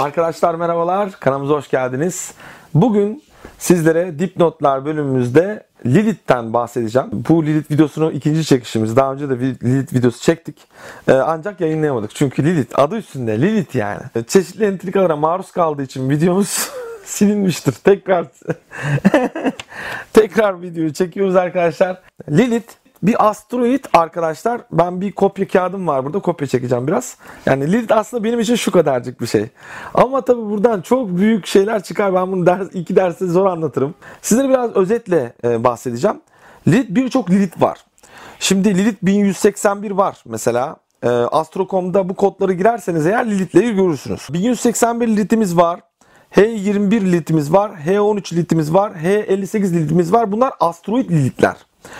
Arkadaşlar merhabalar, kanalımıza hoş geldiniz. Bugün sizlere dipnotlar bölümümüzde Lilith'ten bahsedeceğim. Bu Lilith videosunu ikinci çekişimiz. Daha önce de Lilith videosu çektik. Ancak yayınlayamadık. Çünkü Lilith adı üstünde Lilith yani. Çeşitli entrikalara maruz kaldığı için videomuz silinmiştir. Tekrar videoyu çekiyoruz arkadaşlar. Lilith bir asteroid arkadaşlar. Ben bir kopya kağıdım var burada. Kopya çekeceğim biraz. Yani Lilith aslında benim için şu kadarcık bir şey. Ama tabii buradan çok büyük şeyler çıkar. Ben bunu iki derste zor anlatırım. Sizlere biraz özetle bahsedeceğim. Birçok Lilith var. Şimdi Lilith 1181 var mesela. Astro.com'da bu kodları girerseniz eğer Lilith'leri görürsünüz. 1181 Lilith'imiz var. H21 Lilith'imiz var. H13 Lilith'imiz var. H58 Lilith'imiz var. Bunlar asteroid Lilith'ler.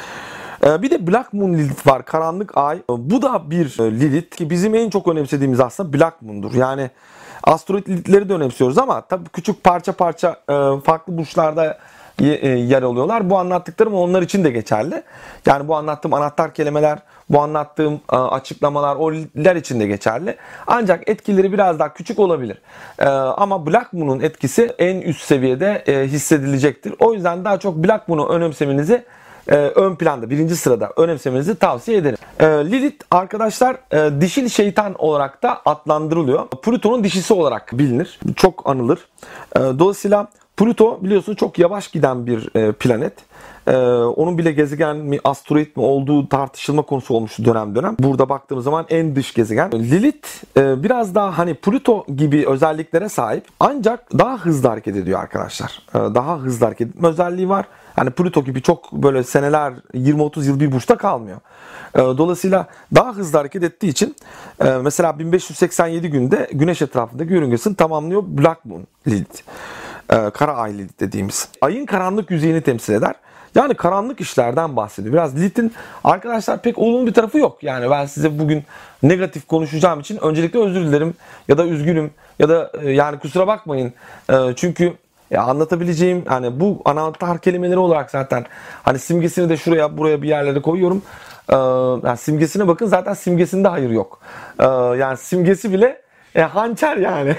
Bir de Black Moon Lilith var. Karanlık Ay. Bu da bir Lilith ki bizim en çok önemsediğimiz aslında Black Moon'dur. Yani asteroid Lilith'leri de önemsiyoruz ama tabii küçük parça farklı burçlarda yer alıyorlar. Bu anlattıklarım onlar için de geçerli. Yani bu anlattığım anahtar kelimeler, bu anlattığım açıklamalar o Lilith'ler için de geçerli. Ancak etkileri biraz daha küçük olabilir. Ama Black Moon'un etkisi en üst seviyede hissedilecektir. O yüzden daha çok Black Moon'u önemsemenizi ön planda, birinci sırada önemsemenizi tavsiye ederim. Lilith arkadaşlar dişil şeytan olarak da adlandırılıyor. Plüton'un dişisi olarak bilinir. Çok anılır. Dolayısıyla Plüto biliyorsunuz çok yavaş giden bir planet. Onun bile gezegen mi, asteroid mi olduğu tartışılma konusu olmuştu dönem. Burada baktığımız zaman en dış gezegen. Lilith biraz daha hani Plüto gibi özelliklere sahip ancak daha hızlı hareket ediyor arkadaşlar. Daha hızlı hareket etme özelliği var. Yani Plüto gibi çok böyle seneler 20-30 yıl bir burçta kalmıyor. Dolayısıyla daha hızlı hareket ettiği için mesela 1587 günde Güneş etrafındaki yörüngesini tamamlıyor Black Moon Lilith. Kara Ay Lilith dediğimiz. Ayın karanlık yüzeyini temsil eder. Yani karanlık işlerden bahsediyor. Biraz Lilith'in arkadaşlar pek olumlu bir tarafı yok. Yani ben size bugün negatif konuşacağım için öncelikle özür dilerim ya da üzgünüm ya da yani kusura bakmayın. Çünkü anlatabileceğim hani bu anahtar kelimeleri olarak zaten hani simgesini de buraya bir yerlere koyuyorum. Yani simgesine bakın, zaten simgesinde hayır yok. Yani simgesi bile hançer yani.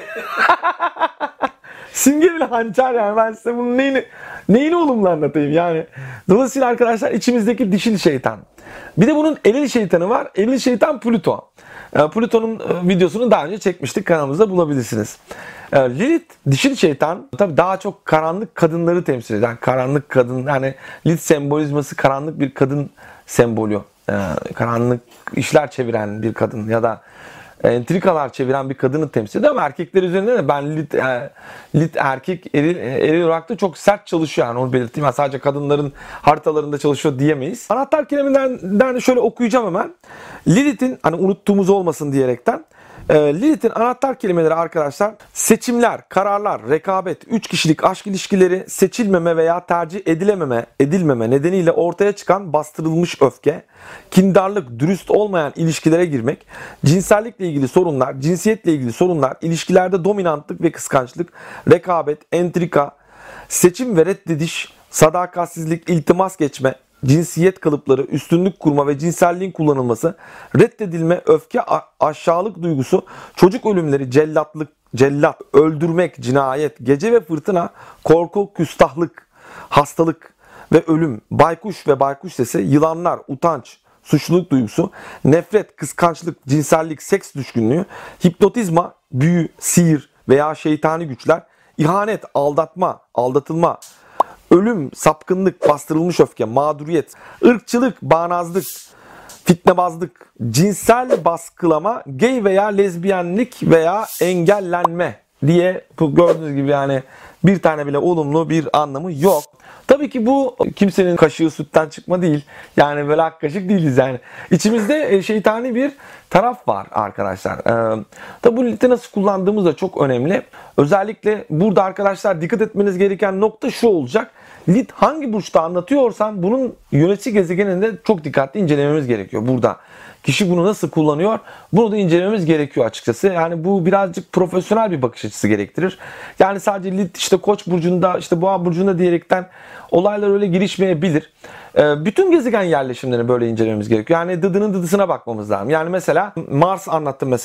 Simge bile hançer yani. Ben size bunun neyini olumlu anlatayım yani. Dolayısıyla arkadaşlar içimizdeki dişil şeytan. Bir de bunun eril şeytanı var. Eril şeytan Plüto. Plüton'un videosunu daha önce çekmiştik. Kanalımızda bulabilirsiniz. Lilith dişil şeytan tabii daha çok karanlık kadınları temsil eden karanlık kadın, yani Lilith sembolizması karanlık bir kadın sembolü. Karanlık işler çeviren bir kadın ya da entrikalar çeviren bir kadını temsil ediyor ama erkekler üzerinde de ben Lilith erkek eril olarak da çok sert çalışıyor, yani onu belirteyim. Yani sadece kadınların haritalarında çalışıyor diyemeyiz. Anahtar kelimelerinden şöyle okuyacağım hemen. Lilith'in hani unuttuğumuz olmasın diyerekten Lilith'in anahtar kelimeleri arkadaşlar seçimler, kararlar, rekabet, 3 kişilik aşk ilişkileri, seçilmeme veya tercih edilmeme nedeniyle ortaya çıkan bastırılmış öfke, kindarlık, dürüst olmayan ilişkilere girmek, cinsellikle ilgili sorunlar, cinsiyetle ilgili sorunlar, ilişkilerde dominantlık ve kıskançlık, rekabet, entrika, seçim ve reddediş, sadakatsizlik, iltimas geçme, cinsiyet kalıpları, üstünlük kurma ve cinselliğin kullanılması, reddedilme, öfke, aşağılık duygusu, çocuk ölümleri, cellat, öldürmek, cinayet, gece ve fırtına, korku, küstahlık, hastalık ve ölüm, baykuş ve baykuş sesi, yılanlar, utanç, suçluluk duygusu, nefret, kıskançlık, cinsellik, seks düşkünlüğü, hipnotizma, büyü, sihir veya şeytani güçler, ihanet, aldatma, aldatılma, ölüm, sapkınlık, bastırılmış öfke, mağduriyet, ırkçılık, bağnazlık, fitnebazlık, cinsel baskılama, gay veya lezbiyenlik veya engellenme diye gördüğünüz gibi yani bir tane bile olumlu bir anlamı yok. Tabii ki bu kimsenin kaşığı sütten çıkma değil. Yani böyle ak kaşık değiliz yani. İçimizde şeytani bir taraf var arkadaşlar. Tabii bu Lilith'i nasıl kullandığımız da çok önemli. Özellikle burada arkadaşlar dikkat etmeniz gereken nokta şu olacak. Lilith hangi burçta anlatıyorsam bunun yönetici gezegeninde çok dikkatli incelememiz gerekiyor burada. Kişi bunu nasıl kullanıyor? Bunu da incelememiz gerekiyor açıkçası. Yani bu birazcık profesyonel bir bakış açısı gerektirir. Yani sadece Lilith işte Koç burcunda, işte Boğa burcunda diyerekten olaylar öyle girişmeyebilir. Bütün gezegen yerleşimlerini böyle incelememiz gerekiyor. Yani dıdının dıdısına bakmamız lazım. Yani mesela Mars anlattım mesela.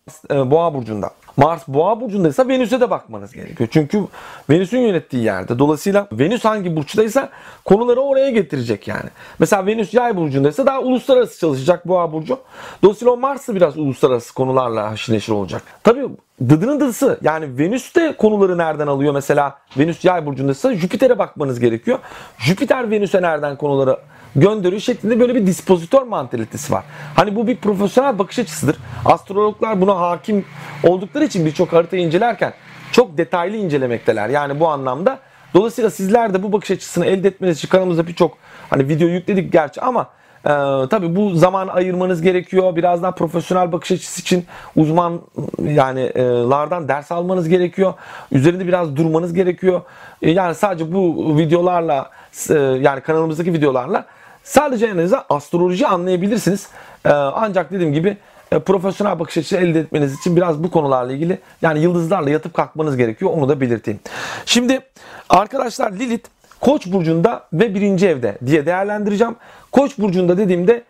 Boğa burcunda. Mars Boğa burcundaysa Venüs'e de bakmanız gerekiyor. Çünkü Venüs'ün yönettiği yerde. Dolayısıyla Venüs hangi burçtaysa konuları oraya getirecek yani. Mesela Venüs Yay burcundaysa daha uluslararası çalışacak Boğa burcu. Dolayısıyla o Mars da biraz uluslararası konularla haşır neşir olacak. Tabii dıdının dıdısı yani Venüs de konuları nereden alıyor? Mesela Venüs Yay burcundaysa Jüpiter'e bakmanız gerekiyor. Jüpiter Venüs'e nereden konuları gönderiyor şeklinde böyle bir dispozitör mantalitesi var. Hani bu bir profesyonel bakış açısıdır. Astrologlar buna hakim oldukları için birçok haritayı incelerken çok detaylı incelemekteler. Yani bu anlamda. Dolayısıyla sizler de bu bakış açısını elde etmeniz için kanalımıza birçok hani video yükledik gerçi ama tabii bu zamanı ayırmanız gerekiyor. Biraz daha profesyonel bakış açısı için uzman yani lardan ders almanız gerekiyor. Üzerinde biraz durmanız gerekiyor. Yani sadece bu videolarla yani kanalımızdaki videolarla sadece en azından astroloji anlayabilirsiniz. Ancak dediğim gibi profesyonel bakış açısı elde etmeniz için biraz bu konularla ilgili yani yıldızlarla yatıp kalkmanız gerekiyor. Onu da belirteyim. Şimdi arkadaşlar Lilith Koç burcunda ve 1. evde diye değerlendireceğim. Koç burcunda dediğimde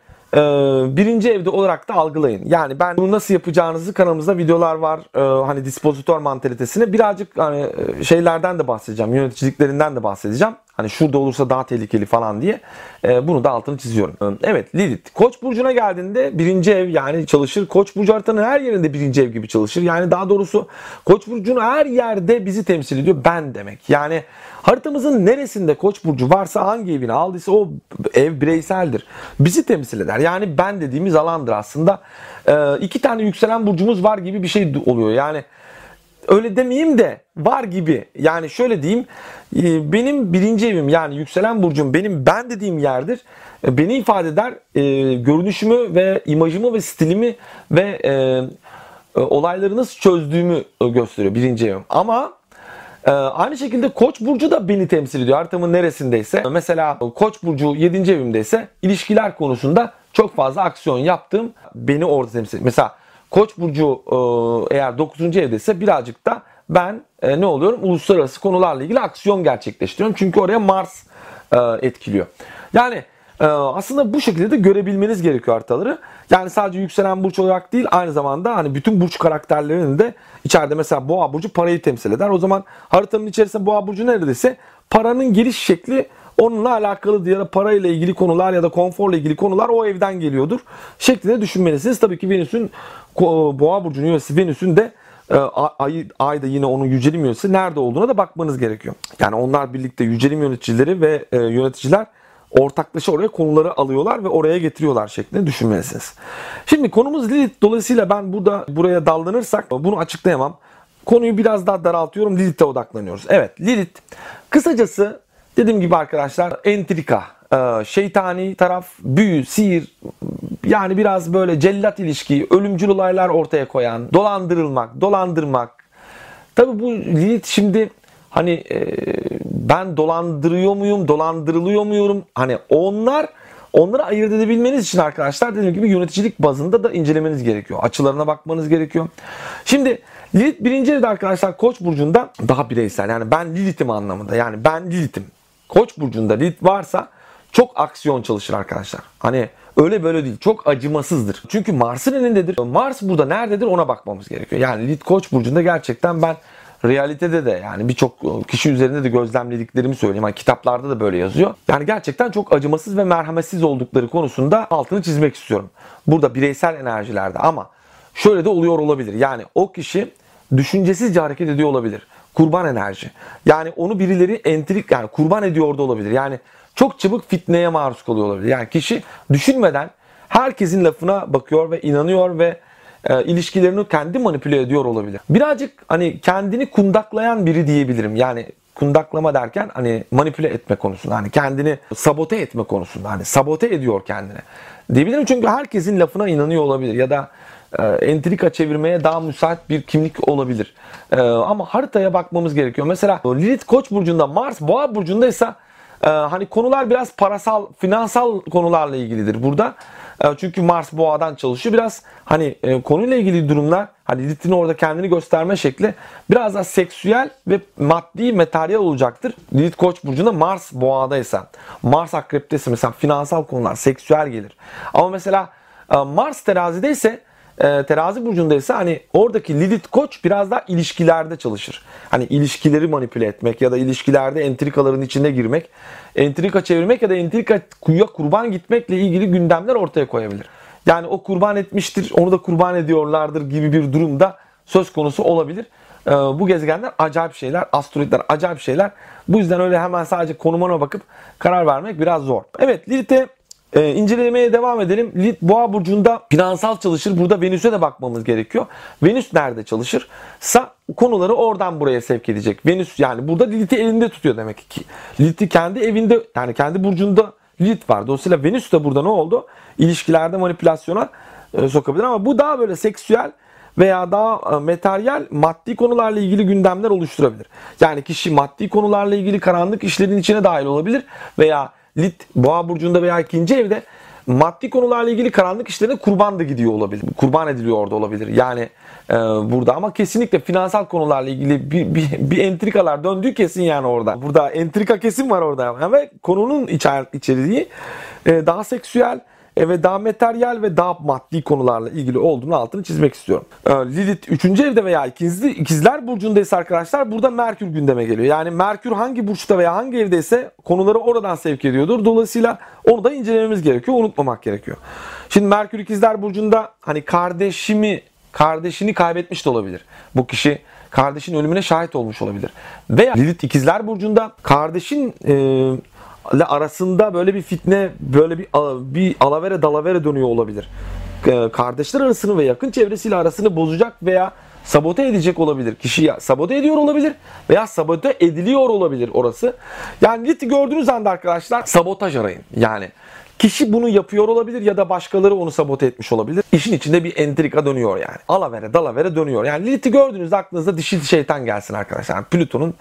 1. evde olarak da algılayın. Yani ben bunu nasıl yapacağınızı kanalımızda videolar var. Hani dispozitör mantalitesine birazcık hani şeylerden de bahsedeceğim. Yöneticiliklerinden de bahsedeceğim. Hani şurada olursa daha tehlikeli falan diye. Bunu da altını çiziyorum. Evet Lilith. Koç burcuna geldiğinde 1. ev yani çalışır. Koç burcu haritanın her yerinde 1. ev gibi çalışır. Yani daha doğrusu Koç burcunu her yerde bizi temsil ediyor. Ben demek. Yani haritamızın neresinde Koç burcu varsa hangi evini aldıysa o ev bireyseldir. Bizi temsil eder. Yani ben dediğimiz alandır aslında. 2 tane yükselen burcumuz var gibi bir şey oluyor. Yani öyle demeyeyim de var gibi. Yani şöyle diyeyim. Benim 1. evim yani yükselen burcum benim ben dediğim yerdir. Beni ifade eder. Görünüşümü ve imajımı ve stilimi ve olayları nasıl çözdüğümü gösteriyor 1. evim. Ama aynı şekilde Koç burcu da beni temsil ediyor. Haritamın neresindeyse. Mesela Koç burcu 7. evimdeyse ilişkiler konusunda çok fazla aksiyon yaptığım beni orada temsil ediyor. Mesela Koç burcu eğer 9. evdeyse birazcık da ben ne oluyorum? Uluslararası konularla ilgili aksiyon gerçekleştiriyorum. Çünkü oraya Mars etkiliyor. Yani aslında bu şekilde de görebilmeniz gerekiyor haritaları. Yani sadece yükselen burç olarak değil aynı zamanda hani bütün burç karakterlerinin de içeride mesela Boğa burcu parayı temsil eder. O zaman haritanın içerisinde Boğa burcu neredeyse paranın geliş şekli onunla alakalı ya da parayla ilgili konular ya da konforla ilgili konular o evden geliyordur şeklinde düşünmelisiniz. Tabii ki Venüs'ün Boğa burcunun yönetici Venüs'ün de ayda yine onun yücelim yöneticisi nerede olduğuna da bakmanız gerekiyor. Yani onlar birlikte yücelim yöneticileri ve yöneticiler ortaklaşa oraya konuları alıyorlar ve oraya getiriyorlar şeklinde düşünmelisiniz. Şimdi konumuz Lilith. Dolayısıyla ben buraya dallanırsak bunu açıklayamam. Konuyu biraz daha daraltıyorum. Lilith'e odaklanıyoruz. Evet Lilith kısacası dediğim gibi arkadaşlar entrika, şeytani taraf, büyü, sihir yani biraz böyle cellat ilişki, ölümcül olaylar ortaya koyan, dolandırmak. Tabii bu Lilith şimdi hani ben dolandırıyor muyum, dolandırılıyor muyum? Hani onları ayırt edebilmeniz için arkadaşlar dediğim gibi yöneticilik bazında da incelemeniz gerekiyor. Açılarına bakmanız gerekiyor. Şimdi Lilith 1. evde arkadaşlar Koç burcunda daha bireysel. Yani ben Lilith'im anlamında. Yani ben Lilith'im. Koç burcunda Lilith varsa çok aksiyon çalışır arkadaşlar. Hani öyle böyle değil. Çok acımasızdır. Çünkü Mars'ın elindedir. Mars burada nerededir ona bakmamız gerekiyor. Yani Lilith Koç burcunda gerçekten ben realitede de yani birçok kişi üzerinde de gözlemlediklerimi söyleyeyim. Yani kitaplarda da böyle yazıyor. Yani gerçekten çok acımasız ve merhametsiz oldukları konusunda altını çizmek istiyorum. Burada bireysel enerjilerde ama şöyle de oluyor olabilir. Yani o kişi düşüncesizce hareket ediyor olabilir. Kurban enerji. Yani onu birileri entrik yani kurban ediyor da olabilir. Yani çok çabuk fitneye maruz kalıyor olabilir. Yani kişi düşünmeden herkesin lafına bakıyor ve inanıyor ve ilişkilerini kendi manipüle ediyor olabilir. Birazcık hani kendini kundaklayan biri diyebilirim. Yani kundaklama derken hani manipüle etme konusunda, hani kendini sabote etme konusunda, hani sabote ediyor kendini diyebilirim. Çünkü herkesin lafına inanıyor olabilir ya da entrika çevirmeye daha müsait bir kimlik olabilir. Ama haritaya bakmamız gerekiyor. Mesela Lilith Koç burcunda, Mars Boğa burcundaysa hani konular biraz parasal, finansal konularla ilgilidir burada. Çünkü Mars Boğa'dan çalışıyor. Biraz hani konuyla ilgili durumlar, hani Lilith'in orada kendini gösterme şekli biraz daha seksüel ve maddi, materyal olacaktır. Lilith Koç burcunda Mars Boğa'daysa, Mars Akrep'teyse mesela finansal konular, seksüel gelir. Ama mesela Mars Terazi'deyse Terazi burcundaysa hani oradaki Lilith Koç biraz daha ilişkilerde çalışır. Hani ilişkileri manipüle etmek ya da ilişkilerde entrikaların içine girmek, entrika çevirmek ya da entrikaya kurban gitmekle ilgili gündemler ortaya koyabilir. Yani o kurban etmiştir, onu da kurban ediyorlardır gibi bir durumda söz konusu olabilir. Bu gezegenler acayip şeyler, asteroidler acayip şeyler. Bu yüzden öyle hemen sadece konumuna bakıp karar vermek biraz zor. Evet, Lilith'e incelemeye devam edelim. Lilith Boğa burcunda finansal çalışır. Burada Venüs'e de bakmamız gerekiyor. Venüs nerede çalışırsa konuları oradan buraya sevk edecek. Venüs yani burada Lilith'i elinde tutuyor demek ki. Lilith'i kendi evinde yani kendi burcunda Lilith var. Dolayısıyla Venüs de burada ne oldu? İlişkilerde manipülasyona sokabilir ama bu daha böyle seksüel veya daha materyal, maddi konularla ilgili gündemler oluşturabilir. Yani kişi maddi konularla ilgili karanlık işlerin içine dahil olabilir veya Lilith Boğa burcunda veya ikinci evde maddi konularla ilgili karanlık işlerine kurban da gidiyor olabilir. Kurban ediliyor orada olabilir. Yani burada ama kesinlikle finansal konularla ilgili bir entrikalar döndüğü kesin yani orada. Burada entrika kesin var orada. Ve konunun içeriği daha seksüel ve daha materyal ve daha maddi konularla ilgili olduğunu altını çizmek istiyorum. Lilith 3. evde veya ikizler burcundaysa arkadaşlar burada Merkür gündeme geliyor. Yani Merkür hangi burçta veya hangi evdeyse konuları oradan sevk ediyordur. Dolayısıyla onu da incelememiz gerekiyor, unutmamak gerekiyor. Şimdi Merkür ikizler burcunda hani kardeşini kaybetmiş de olabilir. Bu kişi kardeşin ölümüne şahit olmuş olabilir. Veya Lilith ikizler burcunda kardeşin arasında böyle bir fitne, böyle bir alavere dalavere dönüyor olabilir. Kardeşler arasını ve yakın çevresiyle arasını bozacak veya sabote edecek olabilir. Kişiyi sabote ediyor olabilir veya sabote ediliyor olabilir orası. Yani Lilith'i gördüğünüz anda arkadaşlar sabotaj arayın. Yani kişi bunu yapıyor olabilir ya da başkaları onu sabote etmiş olabilir. İşin içinde bir entrika dönüyor yani. Alavere dalavere dönüyor. Yani Lilith'i gördüğünüzde aklınıza dişi şeytan gelsin arkadaşlar. Yani Plüton'un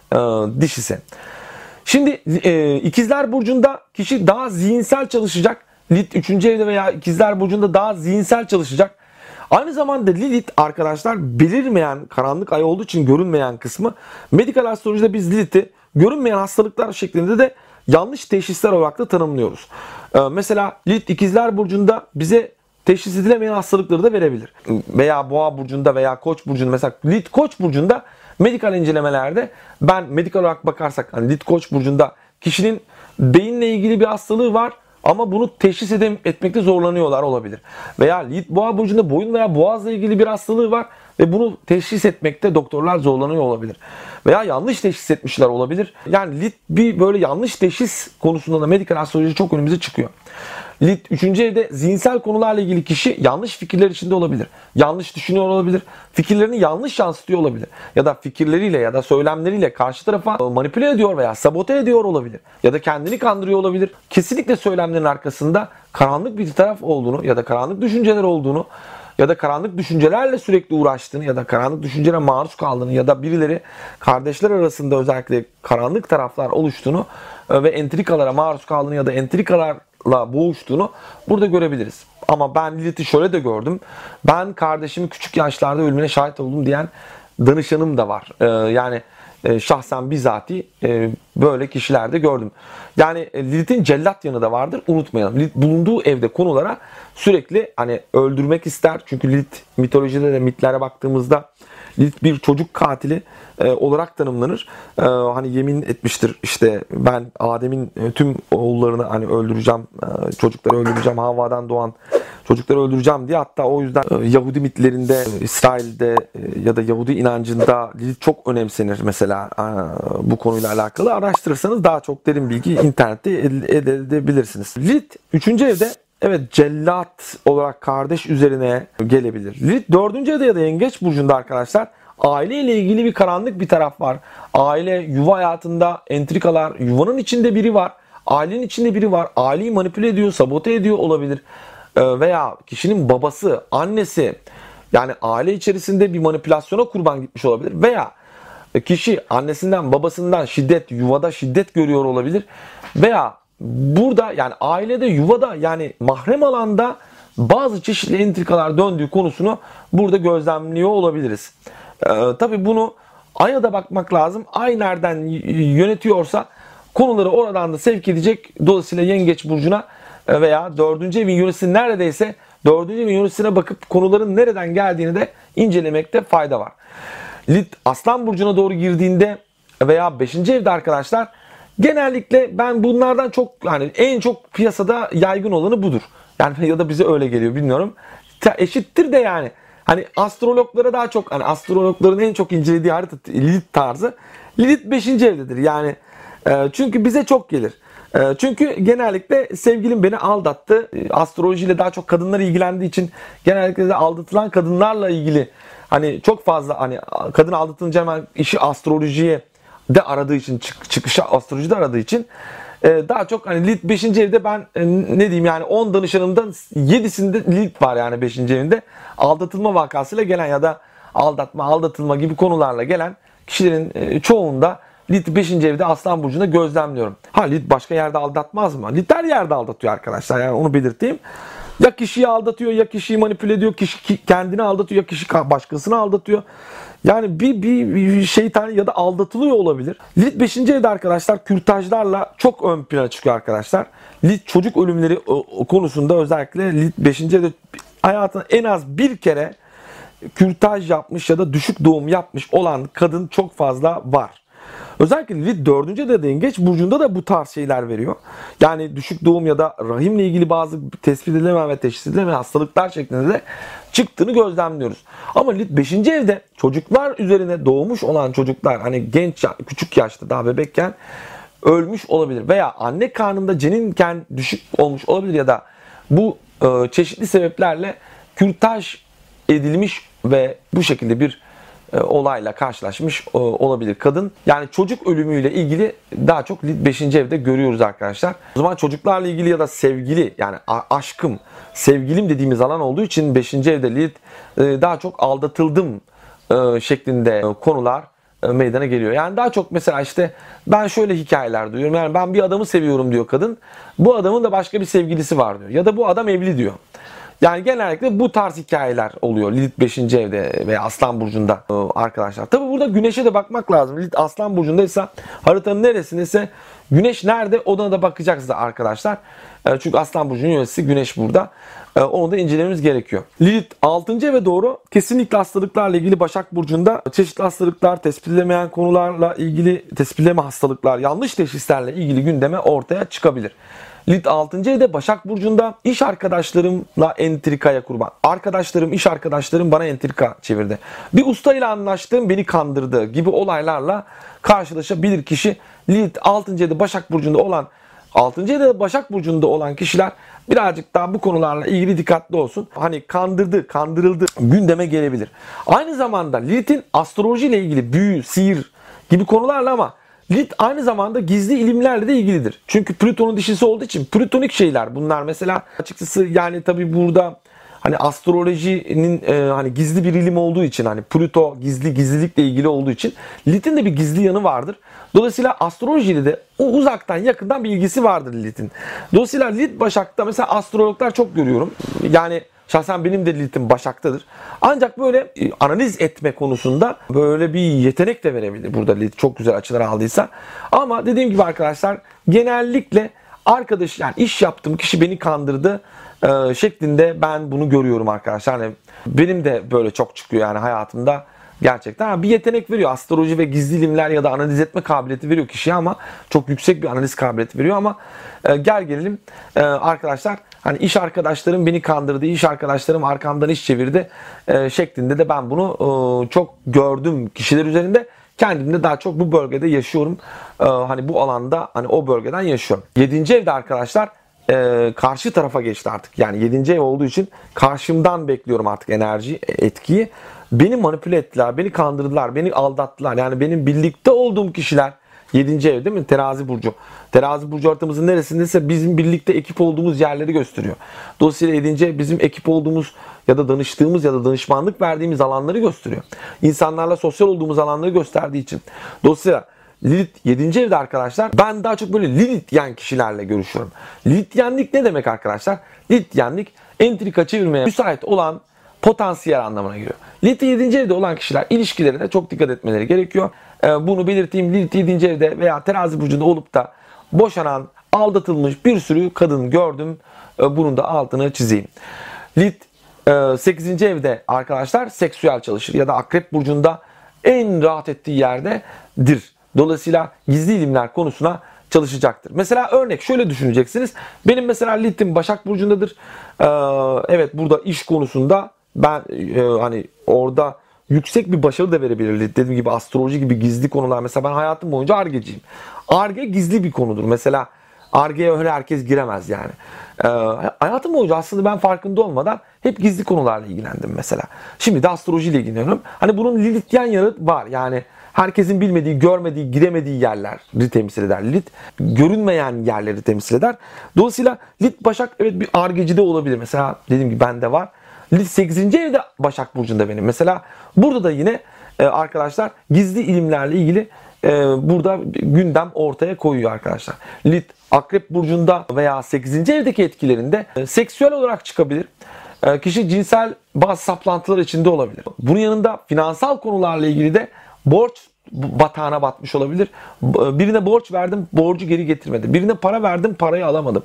dişisi. Şimdi ikizler burcunda kişi daha zihinsel çalışacak. Lilith 3. evde veya ikizler burcunda daha zihinsel çalışacak. Aynı zamanda Lilith arkadaşlar belirmeyen, karanlık ay olduğu için görünmeyen kısmı. Medikal astrolojide biz Lilith'i görünmeyen hastalıklar şeklinde de yanlış teşhisler olarak da tanımlıyoruz. Mesela Lilith ikizler burcunda bize teşhis edilemeyen hastalıkları da verebilir. Veya Boğa burcunda veya Koç burcunda, mesela Lilith Koç burcunda medikal incelemelerde ben medikal olarak bakarsak hani Lilith Koç burcunda kişinin beyinle ilgili bir hastalığı var ama bunu teşhis etmekte zorlanıyorlar olabilir. Veya Lilith Boğa burcunda boyun veya boğazla ilgili bir hastalığı var ve bunu teşhis etmekte doktorlar zorlanıyor olabilir. Veya yanlış teşhis etmişler olabilir. Yani Lilith bir böyle yanlış teşhis konusunda da medikal astroloji çok önümüze çıkıyor. Lilith 3. evde zihinsel konularla ilgili kişi yanlış fikirler içinde olabilir. Yanlış düşünüyor olabilir. Fikirlerini yanlış yansıtıyor olabilir. Ya da fikirleriyle ya da söylemleriyle karşı tarafa manipüle ediyor veya sabote ediyor olabilir. Ya da kendini kandırıyor olabilir. Kesinlikle söylemlerin arkasında karanlık bir taraf olduğunu ya da karanlık düşünceler olduğunu ya da karanlık düşüncelerle sürekli uğraştığını ya da karanlık düşüncelere maruz kaldığını ya da birileri kardeşler arasında özellikle karanlık taraflar oluştuğunu ve entrikalara maruz kaldığını ya da entrikalarla boğuştuğunu burada görebiliriz. Ama ben Lilith'i şöyle de gördüm. Ben kardeşimi küçük yaşlarda ölümüne şahit oldum diyen danışanım da var. Yani şahsen bizatihi böyle kişiler de gördüm. Yani Lilith'in cellat yanı da vardır. Unutmayalım. Lilith bulunduğu evde konulara sürekli hani öldürmek ister. Çünkü Lilith mitolojide de mitlere baktığımızda Lilith bir çocuk katili olarak tanımlanır. Hani yemin etmiştir işte ben Adem'in tüm oğullarını hani öldüreceğim, çocukları öldüreceğim, Havva'dan doğan çocukları öldüreceğim diye. Hatta o yüzden Yahudi mitlerinde, İsrail'de ya da Yahudi inancında Lilith çok önemsenir mesela bu konuyla alakalı. Araştırırsanız daha çok derin bilgi internette elde edebilirsiniz. Lilith 3. evde evet cellat olarak kardeş üzerine gelebilir. Lilith 4. evde ya da Yengeç burcunda arkadaşlar aile ile ilgili bir karanlık bir taraf var. Aile, yuva hayatında entrikalar, yuvanın içinde biri var. Ailenin içinde biri var. Aileyi manipüle ediyor, sabote ediyor olabilir. Veya kişinin babası, annesi yani aile içerisinde bir manipülasyona kurban gitmiş olabilir. Veya kişi annesinden, babasından şiddet, yuvada şiddet görüyor olabilir. Veya burada yani ailede, yuvada yani mahrem alanda bazı çeşitli entrikalar döndüğü konusunu burada gözlemliyor olabiliriz. Tabii bunu Ay'a da bakmak lazım. Ay nereden yönetiyorsa konuları oradan da sevk edecek. Dolayısıyla Yengeç burcuna veya 4. evin yöneticisi neredeyse 4. evin yöneticisine bakıp konuların nereden geldiğini de incelemekte fayda var. Lilith Aslan burcuna doğru girdiğinde veya 5. evde arkadaşlar, genellikle ben bunlardan çok, yani en çok piyasada yaygın olanı budur. Yani ya da bize öyle geliyor, bilmiyorum. Eşittir de yani. Hani astrologlara daha çok, hani astrologların en çok incelediği harita Lilith tarzı. Lilith 5. evdedir. Yani çünkü bize çok gelir. Çünkü genellikle sevgilim beni aldattı. Astrolojiyle daha çok kadınlar ilgilendiği için genellikle de aldatılan kadınlarla ilgili hani çok fazla, hani kadın aldatınca hemen işi astrolojiye de aradığı için, çıkışı astrolojide aradığı için daha çok hani Lilith 5. evde, ben ne diyeyim yani 10 danışanımdan 7'sinde Lilith var yani 5. evinde. Aldatılma vakasıyla gelen ya da aldatılma gibi konularla gelen kişilerin çoğunda Lilith 5. evde Aslan burcunda gözlemliyorum. Lilith başka yerde aldatmaz mı? Lilith her yerde aldatıyor arkadaşlar, yani onu belirteyim. Ya kişiyi aldatıyor, ya kişiyi manipüle ediyor, kişi kendini aldatıyor, ya kişi başkasını aldatıyor. Yani bir şeytan ya da aldatılıyor olabilir. Lilith 5. evde arkadaşlar kürtajlarla çok ön plana çıkıyor arkadaşlar. Lilith çocuk ölümleri konusunda özellikle Lilith 5. evde hayatında en az bir kere kürtaj yapmış ya da düşük doğum yapmış olan kadın çok fazla var. Özellikle Lilith 4. evde Yengeç burcunda da bu tarz şeyler veriyor. Yani düşük doğum ya da rahimle ilgili bazı tespit edilemeyen ve teşhis edilemeyen hastalıklar şeklinde de çıktığını gözlemliyoruz. Ama Lilith 5. evde çocuklar üzerine doğmuş olan çocuklar, hani genç, küçük yaşta daha bebekken ölmüş olabilir. Veya anne karnında ceninken düşük olmuş olabilir ya da bu çeşitli sebeplerle kürtaj edilmiş ve bu şekilde bir olayla karşılaşmış olabilir kadın. Yani çocuk ölümüyle ilgili daha çok Lilith 5. evde görüyoruz arkadaşlar. O zaman çocuklarla ilgili ya da sevgili, yani aşkım, sevgilim dediğimiz alan olduğu için 5. evde Lilith daha çok aldatıldım şeklinde konular meydana geliyor. Yani daha çok mesela işte ben şöyle hikayeler duyuyorum. Yani ben bir adamı seviyorum diyor kadın. Bu adamın da başka bir sevgilisi var diyor. Ya da bu adam evli diyor. Yani genellikle bu tarz hikayeler oluyor Lilith 5. evde veya Aslan burcunda arkadaşlar. Tabi burada Güneş'e de bakmak lazım. Lilith Aslan burcundaysa haritanın neresindeyse Güneş nerede, ona da bakacaksınız arkadaşlar. Çünkü Aslan burcunun yöneticisi Güneş burada. Onu da incelememiz gerekiyor. Lilith 6. eve doğru kesinlikle hastalıklarla ilgili Başak burcunda çeşitli hastalıklar, tespit edilemeyen konularla ilgili, tespit edilemeyen hastalıklar, yanlış teşhislerle ilgili gündeme ortaya çıkabilir. Lilith 6. evde Başak burcunda iş arkadaşlarımla entrikaya kurban. İş arkadaşlarım bana entrika çevirdi. Bir usta ile anlaştığım beni kandırdı gibi olaylarla karşılaşabilir kişi. Lilith 6. evde Başak burcunda olan 6. evde Başak burcunda olan kişiler birazcık daha bu konularla ilgili dikkatli olsun. Hani kandırıldı gündeme gelebilir. Aynı zamanda Lilith'in astroloji ile ilgili büyü, sihir gibi konularla, ama Lilith aynı zamanda gizli ilimlerle de ilgilidir. Çünkü Plüton'un dişisi olduğu için plütonik şeyler bunlar. Mesela açıkçası yani tabii burada hani astrolojinin hani gizli bir ilim olduğu için, hani Plüto gizlilikle ilgili olduğu için Lilith'in de bir gizli yanı vardır. Dolayısıyla astrolojiyle de o uzaktan yakından bir ilgisi vardır Lilith'in. Dolayısıyla Lilith Başak'ta mesela astrologlar çok görüyorum. Yani şahsen benim de Lilith'im Başak'tadır. Ancak böyle analiz etme konusunda böyle bir yetenek de verebilir burada Lilith çok güzel açılar aldıysa. Ama dediğim gibi arkadaşlar, genellikle arkadaş, yani iş yaptığım kişi beni kandırdı şeklinde ben bunu görüyorum arkadaşlar. Yani benim de böyle çok çıkıyor yani hayatımda. Gerçekten bir yetenek veriyor. Astroloji ve gizli ilimler ya da analiz etme kabiliyeti veriyor kişiye, ama çok yüksek bir analiz kabiliyeti veriyor. Ama gel gelelim arkadaşlar, hani iş arkadaşlarım beni kandırdı, iş arkadaşlarım arkamdan iş çevirdi şeklinde de ben bunu çok gördüm kişiler üzerinde. Kendim de daha çok bu bölgede yaşıyorum. Hani bu alanda, hani o bölgeden yaşıyorum. 7. evde arkadaşlar karşı tarafa geçti artık. Yani 7. ev olduğu için karşımdan bekliyorum artık enerji, etkiyi. Beni manipüle ettiler, beni kandırdılar, beni aldattılar. Yani benim birlikte olduğum kişiler 7. ev değil mi? Terazi burcu. Terazi burcu haritamızın neresindeyse bizim birlikte ekip olduğumuz yerleri gösteriyor. Dolayısıyla 7. ev bizim ekip olduğumuz ya da danıştığımız ya da danışmanlık verdiğimiz alanları gösteriyor. İnsanlarla sosyal olduğumuz alanları gösterdiği için. Dolayısıyla Lilith 7. evde arkadaşlar, ben daha çok böyle Lilithyen kişilerle görüşüyorum. Lilithyenlik ne demek arkadaşlar? Lilithyenlik entrika çevirmeye müsait olan potansiyel anlamına geliyor. Lilith 7. evde olan kişiler ilişkilerine çok dikkat etmeleri gerekiyor. Bunu belirteyim. Lilith 7. evde veya Terazi burcunda olup da boşanan, aldatılmış bir sürü kadın gördüm. Bunun da altını çizeyim. Lilith 8. evde arkadaşlar seksüel çalışır ya da Akrep burcunda en rahat ettiği yerdedir. Dolayısıyla gizli ilimler konusuna çalışacaktır. Mesela örnek şöyle düşüneceksiniz. Benim mesela Lilith'im Başak burcundadır. Evet, burada iş konusunda ben hani orada yüksek bir başarı da verebilir. Dediğim gibi astroloji gibi gizli konular. Mesela ben hayatım boyunca Ar-Ge'ciyim. Ar-Ge gizli bir konudur. Mesela Ar-Ge'ye öyle herkes giremez yani. Hayatım boyunca aslında ben farkında olmadan hep gizli konularla ilgilendim mesela. Şimdi de astrolojiyle ilgileniyorum. Hani bunun Lilithyen yanı var. Yani herkesin bilmediği, görmediği, giremediği yerleri temsil eder Lilith. Görünmeyen yerleri temsil eder. Dolayısıyla Lilith Başak evet bir Ar-Ge'cide olabilir. Mesela dediğim gibi bende var. Lilith 8. evde Başak burcunda benim. Mesela burada da yine arkadaşlar gizli ilimlerle ilgili burada gündem ortaya koyuyor arkadaşlar. Lilith Akrep burcunda veya 8. evdeki etkilerinde seksüel olarak çıkabilir. Kişi cinsel bazı saplantılar içinde olabilir. Bunun yanında finansal konularla ilgili de borç batağına batmış olabilir. Birine borç verdim, borcu geri getirmedi. Birine para verdim, parayı alamadım.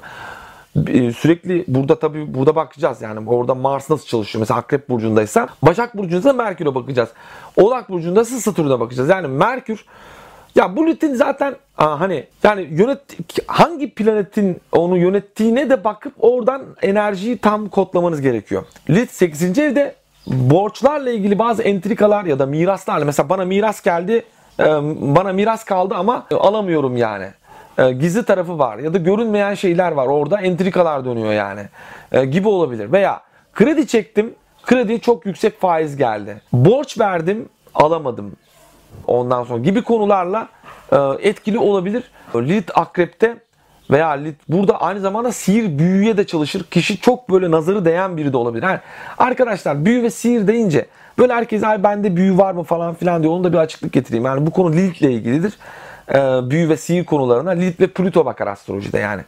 Sürekli burada tabii burada bakacağız yani orada Mars nasıl çalışıyor. Mesela Akrep burcundaysa Başak burcunda Merkür'e bakacağız. Oğlak burcundaysa Satürn'e bakacağız. Yani Merkür ya bu Lilith'in zaten hani yani hangi planetin onu yönettiğine de bakıp oradan enerjiyi tam kodlamanız gerekiyor. Lilith 8. evde borçlarla ilgili bazı entrikalar ya da miraslarla mesela bana miras geldi, bana miras kaldı ama alamıyorum yani. Gizli tarafı var ya da görünmeyen şeyler var. Orada entrikalar dönüyor yani. Gibi olabilir. Veya kredi çektim. Krediye çok yüksek faiz geldi. Borç verdim, alamadım. Ondan sonra gibi konularla etkili olabilir. Lilith Akrep'te veya Lilith burada aynı zamanda sihir büyüye de çalışır. Kişi çok böyle nazarı değen biri de olabilir. Yani arkadaşlar büyü ve sihir deyince böyle herkes ay bende büyü var mı falan filan diyor. Onu da bir açıklık getireyim. Yani bu konu Lilith'le ilgilidir. Büyü ve sihir konularına Lilith ve Plüto bakar astrolojide yani.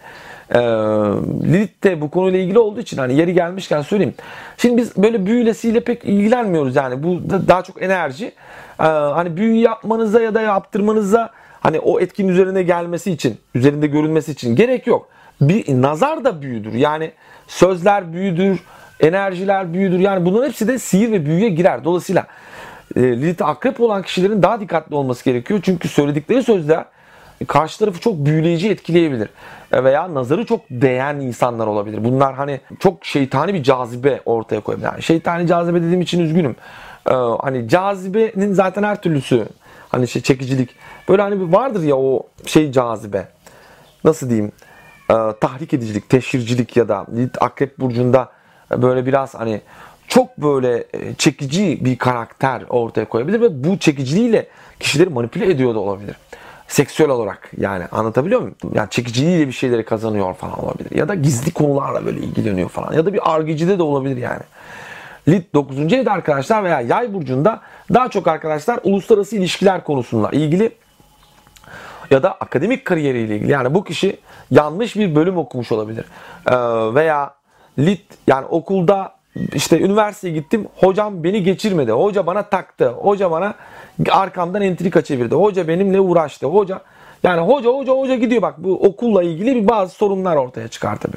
Lilith de bu konuyla ilgili olduğu için hani yeri gelmişken söyleyeyim. Şimdi biz böyle büyüyle sihirle pek ilgilenmiyoruz yani. Bu da daha çok enerji. Hani büyü yapmanıza ya da yaptırmanıza hani o etkinin üzerine gelmesi için, üzerinde görünmesi için gerek yok. Bir nazar da büyüdür. Yani sözler büyüdür, enerjiler büyüdür. Yani bunların hepsi de sihir ve büyüye girer. Dolayısıyla Lilith Akrep olan kişilerin daha dikkatli olması gerekiyor. Çünkü söyledikleri sözler karşı tarafı çok büyüleyici etkileyebilir. Veya nazarı çok değen insanlar olabilir. Bunlar hani çok şeytani bir cazibe ortaya koyabilir. Yani şeytani cazibe dediğim için üzgünüm. Hani cazibenin zaten her türlüsü hani çekicilik. Böyle hani vardır ya o cazibe. Nasıl diyeyim? Tahrik edicilik, teşhircilik ya da Lilith Akrep burcunda böyle biraz hani çok böyle çekici bir karakter ortaya koyabilir ve bu çekiciliğiyle kişileri manipüle ediyor da olabilir. Seksüel olarak yani anlatabiliyor muyum? Yani çekiciliğiyle bir şeyleri kazanıyor falan olabilir. Ya da gizli konularla böyle ilgileniyor falan. Ya da bir argecide de olabilir yani. Lilith 9. evde arkadaşlar veya Yay burcunda daha çok arkadaşlar uluslararası ilişkiler konusunda ilgili ya da akademik kariyeriyle ilgili. Yani bu kişi yanlış bir bölüm okumuş olabilir. Veya Lilith yani okulda işte üniversiteye gittim, hocam beni geçirmedi, hoca bana taktı, hoca bana arkamdan entrika çevirdi, hoca benimle uğraştı, hoca hoca gidiyor bak bu okulla ilgili bir bazı sorunlar ortaya çıkartabilir.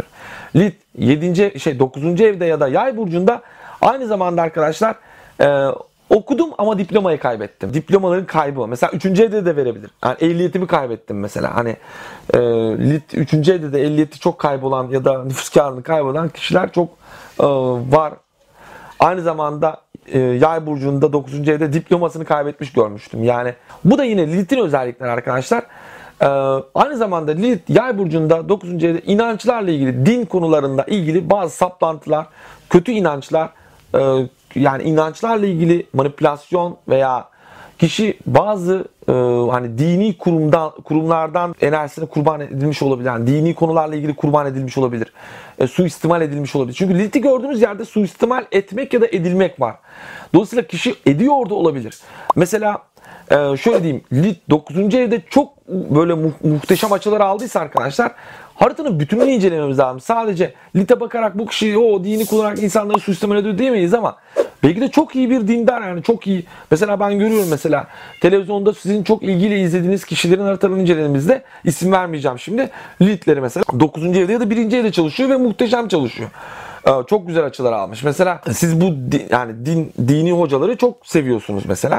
Lilith 9. evde ya da Yay burcunda aynı zamanda arkadaşlar okudum ama diplomayı kaybettim. Diplomaların kaybı. Mesela 3. evde de verebilir. Yani ehliyetimi kaybettim mesela. Hani Lilith 3. evde de ehliyeti çok kaybolan ya da nüfus kağıdını kaybolan kişiler çok var. Aynı zamanda Yay burcunda 9. evde diplomasını kaybetmiş görmüştüm. Yani bu da yine Lilith'in özellikleri arkadaşlar. Aynı zamanda Lilith Yay burcunda 9. evde inançlarla ilgili, din konularında ilgili bazı saplantılar, kötü inançlar, yani inançlarla ilgili manipülasyon veya kişi bazı hani dini kurumlardan enerjisine kurban edilmiş olabilir. Yani dini konularla ilgili kurban edilmiş olabilir. Suistimal edilmiş olabilir. Çünkü Lilith'i gördüğünüz yerde suistimal etmek ya da edilmek var. Dolayısıyla kişi ediyor da olabilir. Mesela şöyle diyeyim. Lilith 9. evde çok böyle muhteşem açılar aldıysa arkadaşlar haritanın bütününü incelememiz lazım. Sadece Lilith'e bakarak bu kişi o dini kullanarak insanları suistimal ediyor diyemeyiz ama Belki de çok iyi bir dindar, yani çok iyi. Mesela ben görüyorum, mesela televizyonda sizin çok ilgili izlediğiniz kişilerin haritalarını incelediğimizde, isim vermeyeceğim şimdi, Lilith'leri mesela 9. evde ya da 1. evde çalışıyor ve muhteşem çalışıyor. Çok güzel açılar almış. Mesela siz bu yani dini hocaları çok seviyorsunuz mesela.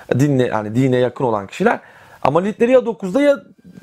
Yani dine yakın olan kişiler. Ama Lilith'leri ya 9'da ya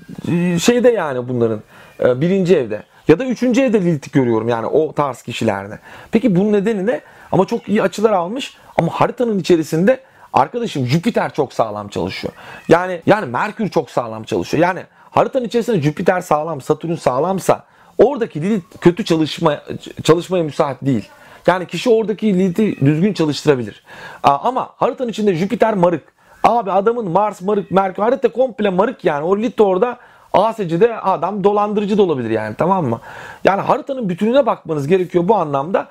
şeyde, yani bunların 1. evde ya da 3. evde Lilith'i görüyorum, yani o tarz kişilerde. Peki bunun nedeni ne? Ama çok iyi açılar almış, ama haritanın içerisinde arkadaşım Jüpiter çok sağlam çalışıyor. Yani Merkür çok sağlam çalışıyor. Yani haritanın içerisinde Jüpiter sağlam, Satürn sağlamsa oradaki Lilith kötü çalışmaya müsait değil. Yani kişi oradaki Lilith'i düzgün çalıştırabilir. Ama haritanın içinde Jüpiter marık. Abi adamın Mars marık, Merkür, harita komple marık yani. O Lilith orada ASC'de adam dolandırıcı da olabilir yani, tamam mı? Yani haritanın bütününe bakmanız gerekiyor bu anlamda.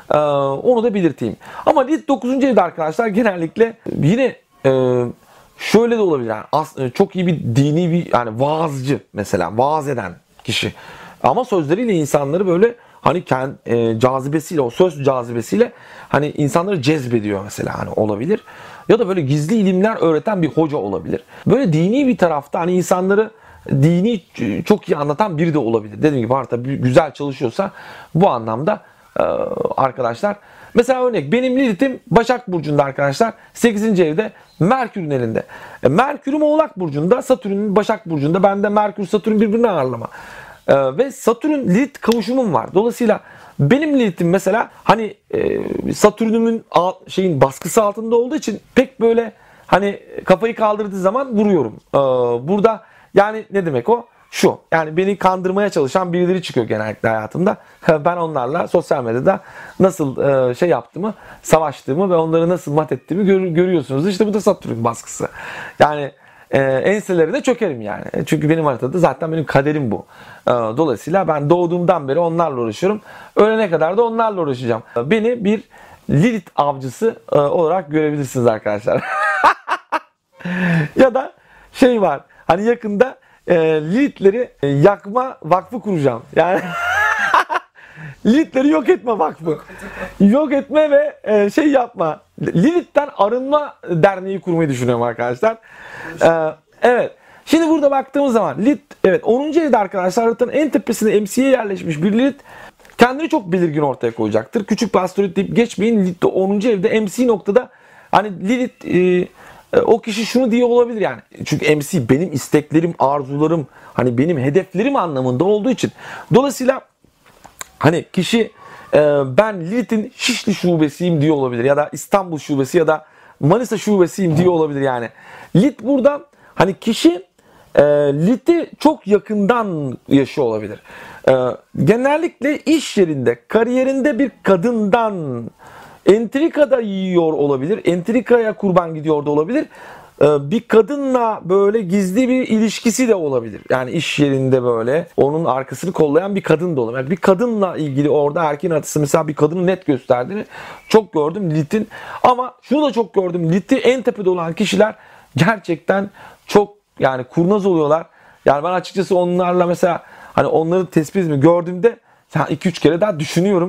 Onu da belirteyim. Ama Lilith 9. evde arkadaşlar genellikle yine şöyle de olabilir. Yani çok iyi bir dini bir, yani vaazcı mesela, vaaz eden kişi. Ama sözleriyle insanları böyle hani cazibesiyle, o söz cazibesiyle hani insanları cezbediyor mesela, hani olabilir. Ya da böyle gizli ilimler öğreten bir hoca olabilir. Böyle dini bir tarafta hani insanları dini çok iyi anlatan biri de olabilir. Dediğim gibi harita güzel çalışıyorsa bu anlamda arkadaşlar. Mesela örnek, benim Lilith'im Başak Burcu'nda arkadaşlar. 8. evde Merkür'ün elinde. Merkür'üm Oğlak Burcu'nda, Satürn'ün Başak Burcu'nda. Bende Merkür Satürn birbirine ağırlama. Ve Satürn Lilith kavuşumum var. Dolayısıyla benim Lilith'im mesela hani Satürn'ümün baskısı altında olduğu için pek böyle hani kafayı kaldırdığı zaman vuruyorum. Burada yani ne demek o? Şu, yani beni kandırmaya çalışan birileri çıkıyor genellikle hayatımda. Ben onlarla sosyal medyada nasıl şey yaptığımı, savaştığımı ve onları nasıl mat ettiğimi görüyorsunuz. İşte bu da Satürn baskısı. Yani enseleri de çökerim yani. Çünkü benim haritada zaten benim kaderim bu. Dolayısıyla ben doğduğumdan beri onlarla uğraşıyorum. Ölene kadar da onlarla uğraşacağım. Beni bir Lilith avcısı olarak görebilirsiniz arkadaşlar. Ya da şey var. Hani yakında Lilith'leri yakma vakfı kuracağım. Yani Lilith'leri yok etme vakfı. Yok etme ve şey yapma. Lilith'ten arınma derneği kurmayı düşünüyorum arkadaşlar. Evet. Şimdi burada baktığımız zaman Lilith, evet 10. evde arkadaşlar, haritanın en tepesinde MC'ye yerleşmiş bir Lilith kendini çok belirgin ortaya koyacaktır. Küçük bir asteroid deyip geçmeyin. Lilith de 10. evde MC noktada, hani Lilith o kişi şunu diye olabilir yani. Çünkü MC benim isteklerim, arzularım, hani benim hedeflerim anlamında olduğu için. Dolayısıyla hani kişi ben Lilith'in Şişli şubesiyim diye olabilir, ya da İstanbul şubesi ya da Manisa şubesiyim diye olabilir yani. Lilith burada hani kişi Lilith'i çok yakından yaşıyor olabilir. Genellikle iş yerinde, kariyerinde bir kadından entrikada yiyor olabilir. Entrikaya kurban gidiyor da olabilir. Bir kadınla böyle gizli bir ilişkisi de olabilir. Yani iş yerinde böyle onun arkasını kollayan bir kadın da olabilir. Yani bir kadınla ilgili orada erkeğin haritası mesela bir kadını net gösterdiğini çok gördüm Lilith'in. Ama şunu da çok gördüm. Lilith'i en tepede olan kişiler gerçekten çok yani kurnaz oluyorlar. Yani ben açıkçası onlarla mesela hani onları tespit gördüğümde 2-3 kere daha düşünüyorum.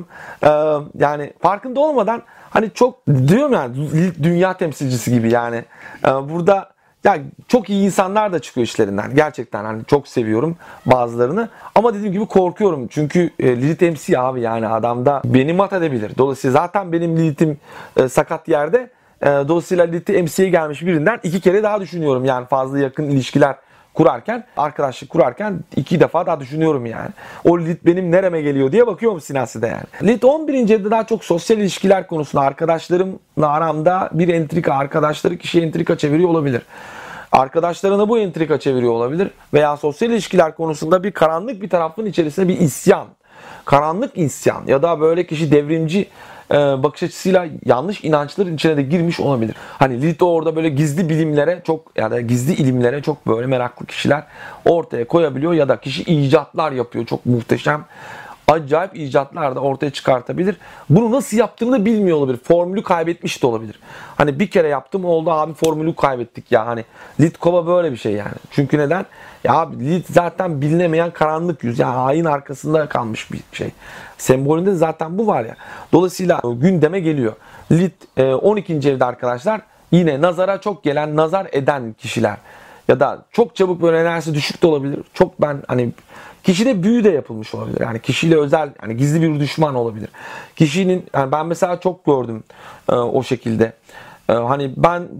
Yani farkında olmadan hani çok diyorum yani dünya temsilcisi gibi yani. Burada ya çok iyi insanlar da çıkıyor işlerinden. Gerçekten hani çok seviyorum bazılarını. Ama dediğim gibi korkuyorum. Çünkü Lilith MC abi, yani adamda beni mat edebilir. Dolayısıyla zaten benim Lilith'im sakat yerde. Dolayısıyla Lilith'i MC'ye gelmiş birinden 2 kere daha düşünüyorum. Yani fazla yakın ilişkiler kurarken, arkadaşlık kurarken 2 defa daha düşünüyorum yani. O Lilith benim nereme geliyor diye bakıyorum sinaside yani. Lilith 11. evde daha çok sosyal ilişkiler konusunda arkadaşlarımla aramda bir entrika, arkadaşları kişiye entrika çeviriyor olabilir. Arkadaşlarına bu entrika çeviriyor olabilir. Veya sosyal ilişkiler konusunda bir karanlık bir tarafın içerisinde bir isyan. Karanlık isyan ya da böyle kişi devrimci bakış açısıyla yanlış inançların içine de girmiş olabilir. Hani Lilith orada böyle gizli bilimlere çok ya da gizli ilimlere çok böyle meraklı kişiler ortaya koyabiliyor ya da kişi icatlar yapıyor çok muhteşem. acayip icatlar da ortaya çıkartabilir. Bunu nasıl yaptığını da bilmiyor olabilir. Formülü kaybetmiş de olabilir. Hani bir kere yaptım oldu abi, formülü kaybettik ya. Hani Litkova böyle bir şey yani. Çünkü neden? Ya abi Lit zaten bilinemeyen karanlık yüz. Yani hain arkasında kalmış bir şey. Sembolünde zaten bu var ya. Dolayısıyla gündeme geliyor. Lit 12. evde arkadaşlar yine nazara çok gelen, nazar eden kişiler. Ya da çok çabuk böyle enerjisi düşük de olabilir. Çok hani kişide büyü de yapılmış olabilir. Yani kişiyle özel, yani gizli bir düşman olabilir. Kişinin, yani ben mesela çok gördüm o şekilde. Hani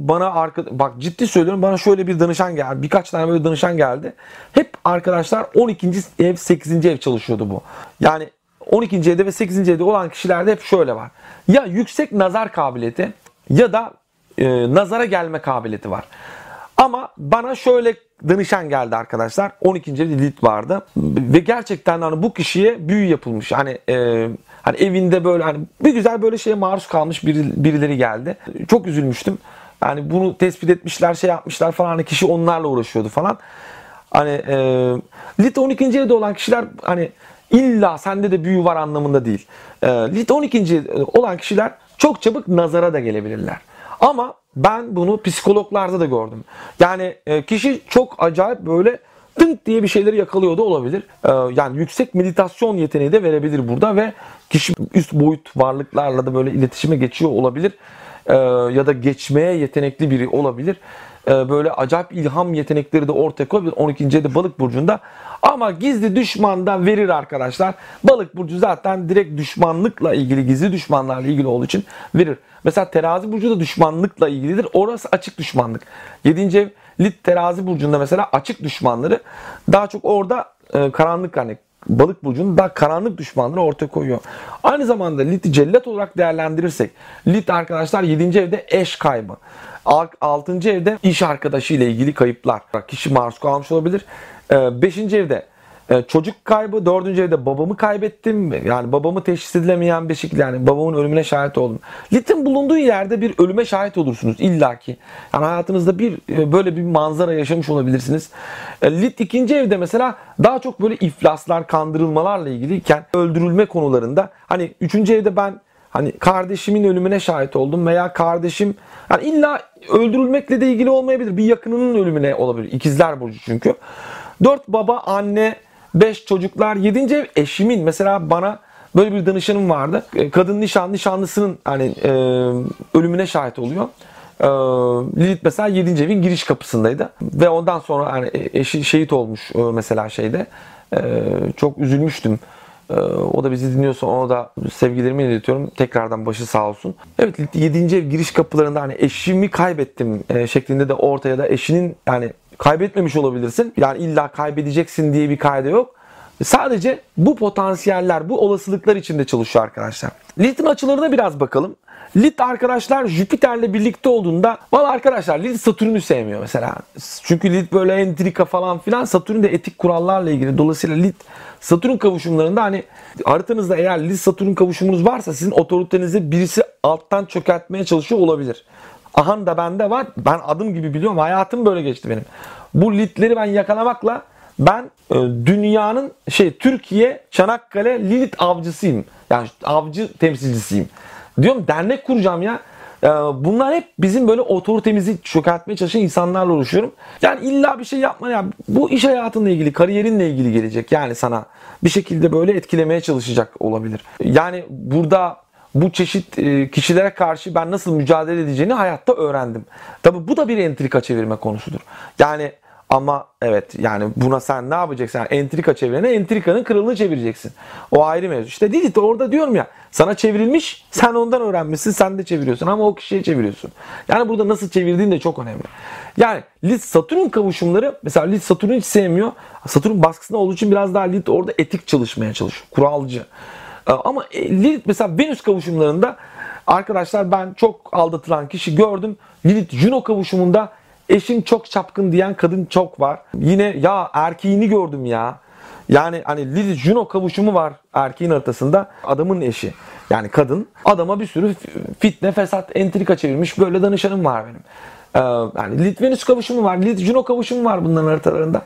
bak ciddi söylüyorum, bana şöyle bir danışan geldi. Birkaç tane böyle danışan geldi. Hep arkadaşlar 12. ev 8. ev çalışıyordu bu. Yani 12. evde ve 8. evde olan kişilerde hep şöyle var. Ya yüksek nazar kabiliyeti ya da nazara gelme kabiliyeti var. Ama bana şöyle danışan geldi arkadaşlar. 12. evde Lilith vardı. Ve gerçekten hani bu kişiye büyü yapılmış. Hani evinde böyle hani bir güzel böyle şeye maruz kalmış birileri geldi. Çok üzülmüştüm. Yani bunu tespit etmişler, şey yapmışlar falan. Hani kişi onlarla uğraşıyordu falan. Hani Lilith 12. evde olan kişiler hani illa sende de büyü var anlamında değil. Lilith 12. evde olan kişiler çok çabuk nazara da gelebilirler. Ama ben bunu psikologlarda da gördüm. Yani kişi çok acayip böyle dınk diye bir şeyleri yakalıyor da olabilir. Yani yüksek meditasyon yeteneği de verebilir burada ve kişi üst boyut varlıklarla da böyle iletişime geçiyor olabilir. Ya da geçmeye yetenekli biri olabilir. Böyle acayip ilham yetenekleri de ortaya koyabilir 12. evde Balık burcunda. Ama gizli düşman da verir arkadaşlar. Balık burcu zaten direkt düşmanlıkla ilgili, gizli düşmanlarla ilgili olduğu için verir. Mesela Terazi burcu da düşmanlıkla ilgilidir. Orası açık düşmanlık. 7. ev Lilith Terazi burcunda mesela açık düşmanları daha çok orada karanlık, hani Balık burcunun daha karanlık düşmanları ortaya koyuyor. Aynı zamanda Lilith'i cellat olarak değerlendirirsek Lilith arkadaşlar 7. evde eş kaybı. 6. evde iş arkadaşı ile ilgili kayıplar. Kişi maruz kalmış olabilir. 5. evde çocuk kaybı. 4. evde babamı kaybettim. Yani babamı teşhis edilemeyen bir şekilde, yani babamın ölümüne şahit oldum. Lilith'in bulunduğu yerde bir ölüme şahit olursunuz illaki. Yani hayatınızda böyle bir manzara yaşamış olabilirsiniz. Lilith 2. evde mesela daha çok böyle iflaslar, kandırılmalarla ilgiliyken öldürülme konularında, hani 3. evde ben hani kardeşimin ölümüne şahit oldum veya kardeşim, yani illa öldürülmekle de ilgili olmayabilir. Bir yakınının ölümüne olabilir. İkizler burcu çünkü. 4 baba, anne, 5 çocuklar, 7. ev eşimin. Mesela bana böyle bir danışanım vardı. Kadın nişanlısının hani ölümüne şahit oluyor. Lilith mesela 7. evin giriş kapısındaydı. Ve ondan sonra hani eşi şehit olmuş mesela şeyde. Çok üzülmüştüm. O da bizi dinliyorsa ona da sevgilerimi iletiyorum. Tekrardan başı sağ olsun. Evet, 7. ev giriş kapılarında hani eşimi kaybettim şeklinde de ortaya da eşinin, yani kaybetmemiş olabilirsin. Yani illa kaybedeceksin diye bir kaide yok. Sadece bu potansiyeller, bu olasılıklar içinde çalışıyor arkadaşlar. Lilith'in açılarına biraz bakalım. Lilith arkadaşlar Jüpiter'le birlikte olduğunda, valla arkadaşlar Lilith Satürn'ü sevmiyor mesela. Çünkü Lilith böyle entrika falan filan, Satürn de etik kurallarla ilgili. Dolayısıyla Lilith Satürn kavuşumlarında, hani haritanızda eğer Lilith Satürn kavuşumunuz varsa sizin otoritenizi birisi alttan çökertmeye çalışıyor olabilir. Aha da bende var. Ben adım gibi biliyorum. Hayatım böyle geçti benim. Bu Lilith'leri ben yakalamakla ben dünyanın Türkiye Çanakkale Lilith avcısıyım. Yani avcı temsilcisiyim. Diyorum dernek kuracağım ya. Bunlar hep bizim böyle otoritemizi çökertmeye çalışan insanlarla uğraşıyorum. Yani illa bir şey yapma ya. Bu iş hayatınla ilgili, kariyerinle ilgili gelecek. Yani sana bir şekilde böyle etkilemeye çalışacak olabilir. Yani burada bu çeşit kişilere karşı ben nasıl mücadele edeceğini hayatta öğrendim. Tabii bu da bir entrika çevirme konusudur. Yani ama evet, yani buna sen ne yapacaksın? Yani entrika çevirene entrikanın kralını çevireceksin. O ayrı mevzu. İşte Lilith orada diyorum ya, sana çevrilmiş, sen ondan öğrenmişsin, sen de çeviriyorsun ama o kişiye çeviriyorsun. Yani burada nasıl çevirdiğin de çok önemli. Yani Lilith Satürn kavuşumları, mesela Lilith Satürn'ü hiç sevmiyor. Satürn baskısında olduğu için biraz daha Lilith orada etik çalışmaya çalışıyor. Kuralcı. Ama Lilith mesela Venüs kavuşumlarında arkadaşlar ben çok aldatılan kişi gördüm. Lilith Juno kavuşumunda eşim çok çapkın diyen kadın çok var. Yine ya erkeğini gördüm ya. Yani hani Lilith Juno kavuşumu var erkeğin haritasında. Adamın eşi, yani kadın, adama bir sürü fitne, fesat, entrika çevirmiş. Böyle danışanım var benim. Yani Lilith Venüs kavuşumu var. Lilith Juno kavuşumu var bunların haritalarında.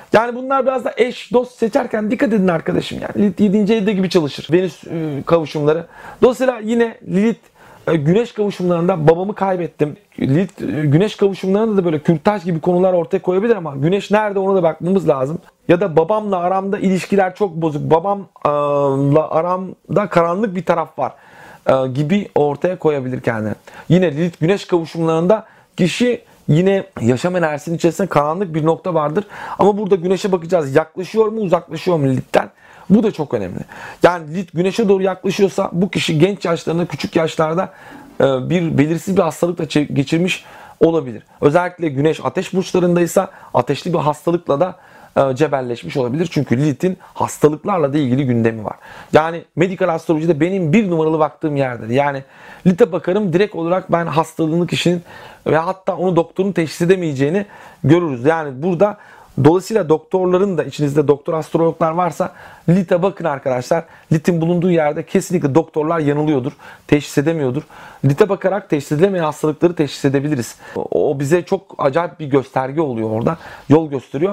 Yani bunlar biraz da eş, dost seçerken dikkat edin arkadaşım. Yani Lilith 7. evde gibi çalışır. Venüs kavuşumları. Dolayısıyla yine Lilith güneş kavuşumlarında babamı kaybettim. Lilith güneş kavuşumlarında da böyle kürtaj gibi konular ortaya koyabilir ama güneş nerede ona da bakmamız lazım. Ya da babamla aramda ilişkiler çok bozuk. Babamla aramda karanlık bir taraf var gibi ortaya koyabilir kendini. Yine Lilith güneş kavuşumlarında kişi yine yaşam enerjisinin içerisinde karanlık bir nokta vardır. Ama burada güneşe bakacağız. Yaklaşıyor mu, uzaklaşıyor mu Lilith'ten? Bu da çok önemli. Yani Lilith güneşe doğru yaklaşıyorsa bu kişi genç yaşlarında, küçük yaşlarda bir belirsiz bir hastalıkla geçirmiş olabilir. Özellikle güneş ateş burçlarındaysa ateşli bir hastalıkla da cebelleşmiş olabilir. Çünkü Lilith'in hastalıklarla da ilgili gündemi var. Yani medikal astrolojide benim bir numaralı baktığım yerdir. Yani Lilith'e bakarım, direkt olarak ben hastalığını kişinin ve hatta onu doktorun teşhis edemeyeceğini görürüz. Yani burada dolayısıyla doktorların da, içinizde doktor astrologlar varsa Lilith'e bakın arkadaşlar. Lilith'in bulunduğu yerde kesinlikle doktorlar yanılıyordur. Teşhis edemiyordur. Lilith'e bakarak teşhis edilemeyen hastalıkları teşhis edebiliriz. O bize çok acayip bir gösterge oluyor orada. Yol gösteriyor.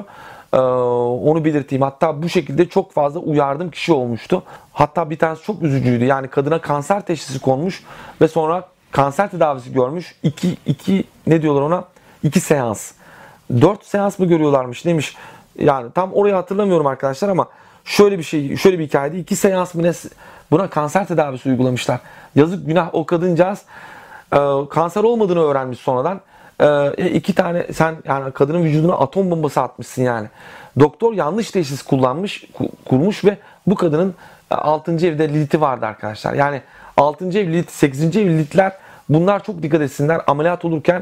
Onu belirteyim. Hatta bu şekilde çok fazla uyardığım kişi olmuştu. Hatta bir tanesi çok üzücüydü. Yani kadına kanser teşhisi konmuş ve sonra kanser tedavisi görmüş. Ne diyorlar ona? 2 seans. 4 seans mı görüyorlarmış neymiş? Yani tam orayı hatırlamıyorum arkadaşlar ama şöyle bir hikayede 2 seans mı ne, buna kanser tedavisi uygulamışlar. Yazık günah, o kadıncağız kanser olmadığını öğrenmiş sonradan. 2 tane sen yani kadının vücuduna atom bombası atmışsın yani. Doktor yanlış teşhis kurmuş ve bu kadının 6. evde Lilith'i vardı arkadaşlar. Yani 6. ev Lilith, 8. ev Lilith'ler, bunlar çok dikkat etsinler. Ameliyat olurken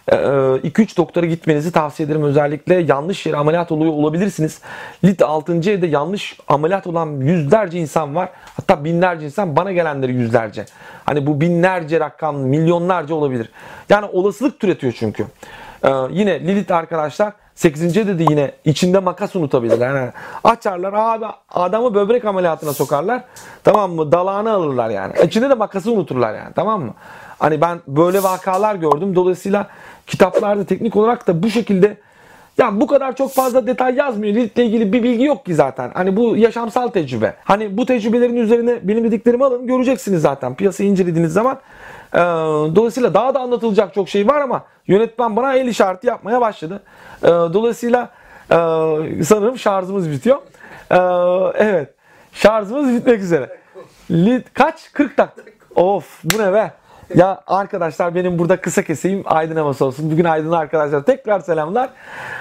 2-3 doktora gitmenizi tavsiye ederim. Özellikle yanlış yere ameliyat oluyor olabilirsiniz. Lilith 6. evde yanlış ameliyat olan yüzlerce insan var. Hatta binlerce insan, bana gelenleri yüzlerce. Hani bu binlerce rakam, milyonlarca olabilir. Yani olasılık türetiyor çünkü. Yine Lilith arkadaşlar 8. evde de yine içinde makas unutabilirler. Yani açarlar abi, adamı böbrek ameliyatına sokarlar. Tamam mı? Dalağını alırlar yani. İçinde de makası unuturlar yani. Tamam mı? Hani ben böyle vakalar gördüm. Dolayısıyla kitaplarda teknik olarak da bu şekilde, ya bu kadar çok fazla detay yazmıyor. Lilith'le ilgili bir bilgi yok ki zaten. Hani bu yaşamsal tecrübe. Hani bu tecrübelerin üzerine benim dediklerimi alın, göreceksiniz zaten piyasayı incelediğiniz zaman. Dolayısıyla daha da anlatılacak çok şey var ama yönetmen bana el işareti yapmaya başladı. Dolayısıyla sanırım şarjımız bitiyor. Evet. Şarjımız bitmek üzere. Kaç? 40 dakika. Of, bu ne be? Ya arkadaşlar, benim burada kısa keseyim, aydın havası olsun. Bugün aydın arkadaşlar. Tekrar selamlar.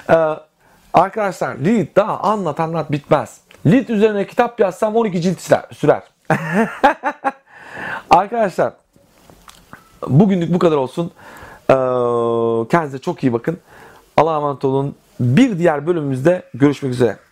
Arkadaşlar Lilith daha anlat bitmez. Lilith üzerine kitap yazsam 12 cilt sürer. Arkadaşlar bugünlük bu kadar olsun. Kendinize çok iyi bakın. Allah'a emanet olun. Bir diğer bölümümüzde görüşmek üzere.